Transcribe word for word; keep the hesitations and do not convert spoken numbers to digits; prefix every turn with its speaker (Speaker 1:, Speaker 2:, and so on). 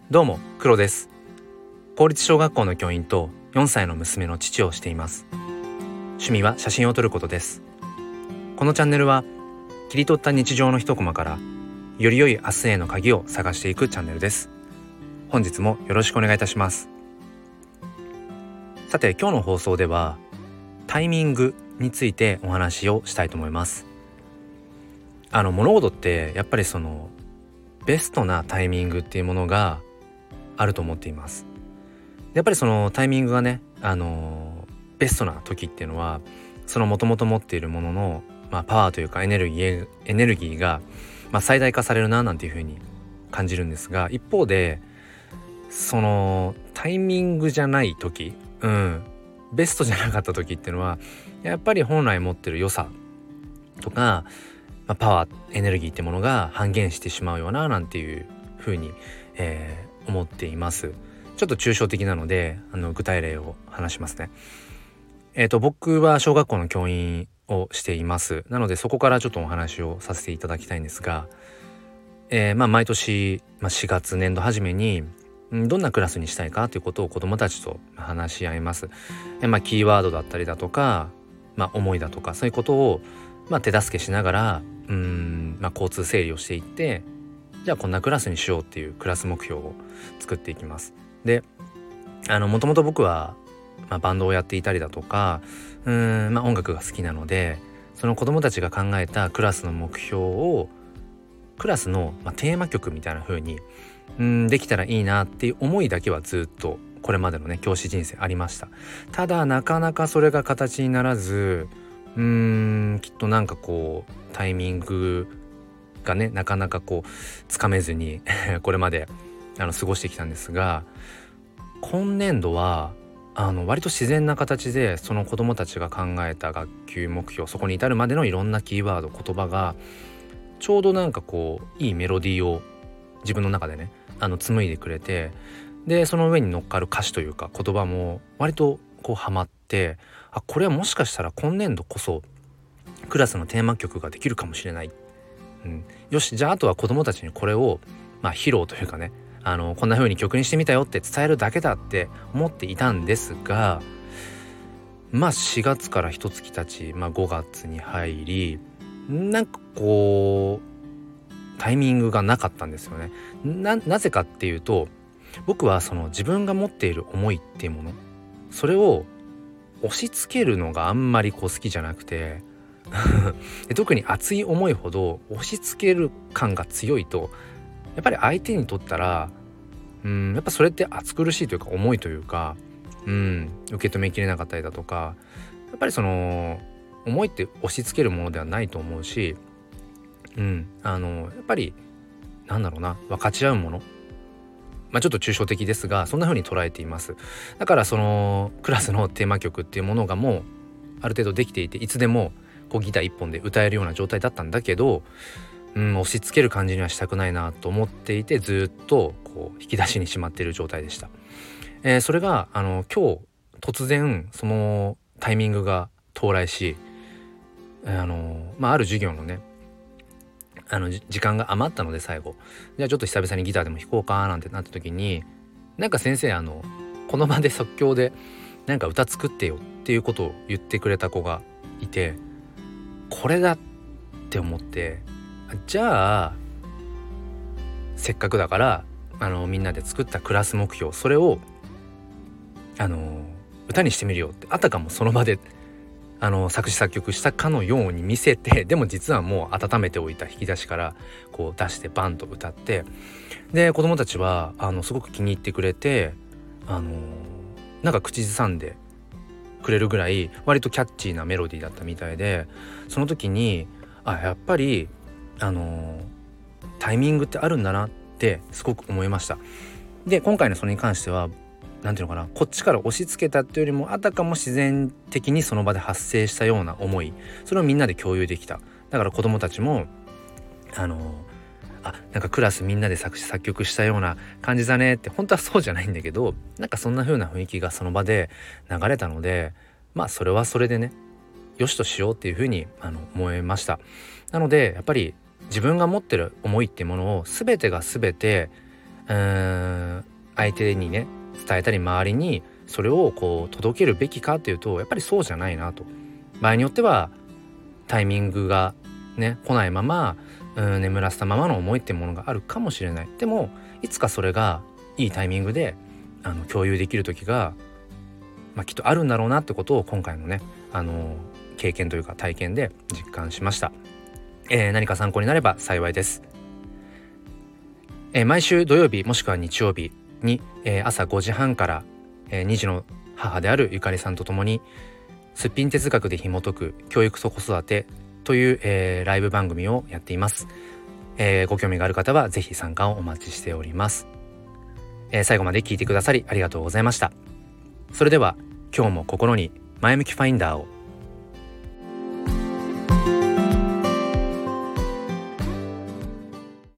Speaker 1: どうも黒です。公立小学校の教員とよんさいの娘の父をしています。趣味は写真を撮ることです。このチャンネルは切り取った日常の一コマからより良い明日への鍵を探していくチャンネルです。本日もよろしくお願いいたします。さて、今日の放送ではタイミングについてお話をしたいと思います。あの物事ってやっぱりそのベストなタイミングっていうものがあると思っています。やっぱりそのタイミングがね、あのベストな時っていうのはその元々持っているものの、まあ、パワーというかエネルギーエネルギーが、まあ、最大化されるななんていう風に感じるんですが、一方でそのタイミングじゃない時、うんベストじゃなかった時っていうのはやっぱり本来持ってる良さとか、まあ、パワーエネルギーってものが半減してしまうよななんていう風に、えー、思っています。ちょっと抽象的なのであの具体例を話しますね。えーと僕は小学校の教員をしています。なのでそこからちょっとお話をさせていただきたいんですが、えー、まあ毎年、まあ、しがつ年度初めにどんなクラスにしたいかということを子どもたちと話し合います。えまあ、キーワードだったりだとか、まあ、思いだとかそういうことを、まあ、手助けしながらうーん、まあ、交通整理をしていって、じゃあこんなクラスにしようっていうクラス目標を作っていきます。で、あのもともと僕は、まあ、バンドをやっていたりだとかうーん、まあ、音楽が好きなので、その子どもたちが考えたクラスの目標をクラスの、まあ、テーマ曲みたいな風にうんできたらいいなっていう思いだけはずっとこれまでのね教師人生ありました。ただなかなかそれが形にならず、うーんきっとなんかこうタイミングがねなかなかこうつかめずにこれまであの過ごしてきたんですが、今年度はあの割と自然な形でその子どもたちが考えた学級目標、そこに至るまでのいろんなキーワード言葉がちょうどなんかこういいメロディーを自分の中でねあの紡いでくれて、でその上に乗っかる歌詞というか言葉も割とこうハマって、あこれはもしかしたら今年度こそクラスのテーマ曲ができるかもしれない、うん、よしじゃああとは子どもたちにこれを、まあ、披露というかね、あのこんな風に曲にしてみたよって伝えるだけだって思っていたんですが、まあしがつから一月経ち、まあ、ごがつに入りなんかこうタイミングがなかったんですよね。な、なぜかっていうと、僕はその自分が持っている思いっていうもの、それを押し付けるのがあんまりこう好きじゃなくてで特に熱い思いほど押し付ける感が強いとやっぱり相手にとったらうんやっぱそれって熱苦しいというか重いというか、うん受け止めきれなかったりだとか、やっぱりその思いって押し付けるものではないと思うし、うん、あのやっぱりなんだろうな分かち合うもの、まあ、ちょっと抽象的ですがそんな風に捉えています。だからそのクラスのテーマ曲っていうものがもうある程度できていて、いつでもこうギター一本で歌えるような状態だったんだけど、うん、押し付ける感じにはしたくないなと思っていて、ずっとこう引き出しにしまっている状態でした。えー、それがあの今日突然そのタイミングが到来し、あの、まあ、ある授業のねあの時間が余ったので、最後じゃあちょっと久々にギターでも弾こうかなんてなった時に、なんか先生あのこの場で即興でなんか歌作ってよっていうことを言ってくれた子がいて、これだって思って、じゃあせっかくだからあのみんなで作ったクラス目標、それをあの歌にしてみるよって、あたかもその場であの作詞作曲したかのように見せて、でも実はもう温めておいた引き出しからこう出してバンと歌って、で子供たちはあのすごく気に入ってくれて、あのなんか口ずさんでくれるぐらい割とキャッチーなメロディーだったみたいで、その時にあやっぱりあのタイミングってあるんだなってすごく思いました。で今回のそれに関してはなんていうのかな、こっちから押し付けたっていうよりもあたかも自然的にその場で発生したような思い、それをみんなで共有できた。だから子どもたちもあのあなんかクラスみんなで作詞作曲したような感じだねって、本当はそうじゃないんだけど、なんかそんな風な雰囲気がその場で流れたので、まあそれはそれでねよしとしようっていう風にあの思いました。なのでやっぱり自分が持ってる思いっていうものを全てが全てうーん相手にね伝えたり周りにそれをこう届けるべきかっていうとやっぱりそうじゃないなと。場合によってはタイミングがね来ないままうん眠らせたままの思いっていうものがあるかもしれない。でもいつかそれがいいタイミングであの共有できる時が、まあ、きっとあるんだろうなってことを今回のねあの経験というか体験で実感しました。えー、何か参考になれば幸いです。えー、毎週土曜日もしくは日曜日に、えー、朝ごじはんから、えー、に児の母であるゆかりさんとともにすっぴん哲学で紐解く教育と子育てという、えー、ライブ番組をやっています。えー、ご興味がある方はぜひ参加をお待ちしております。えー、最後まで聞いてくださりありがとうございました。それでは今日も心に前向きファインダーを。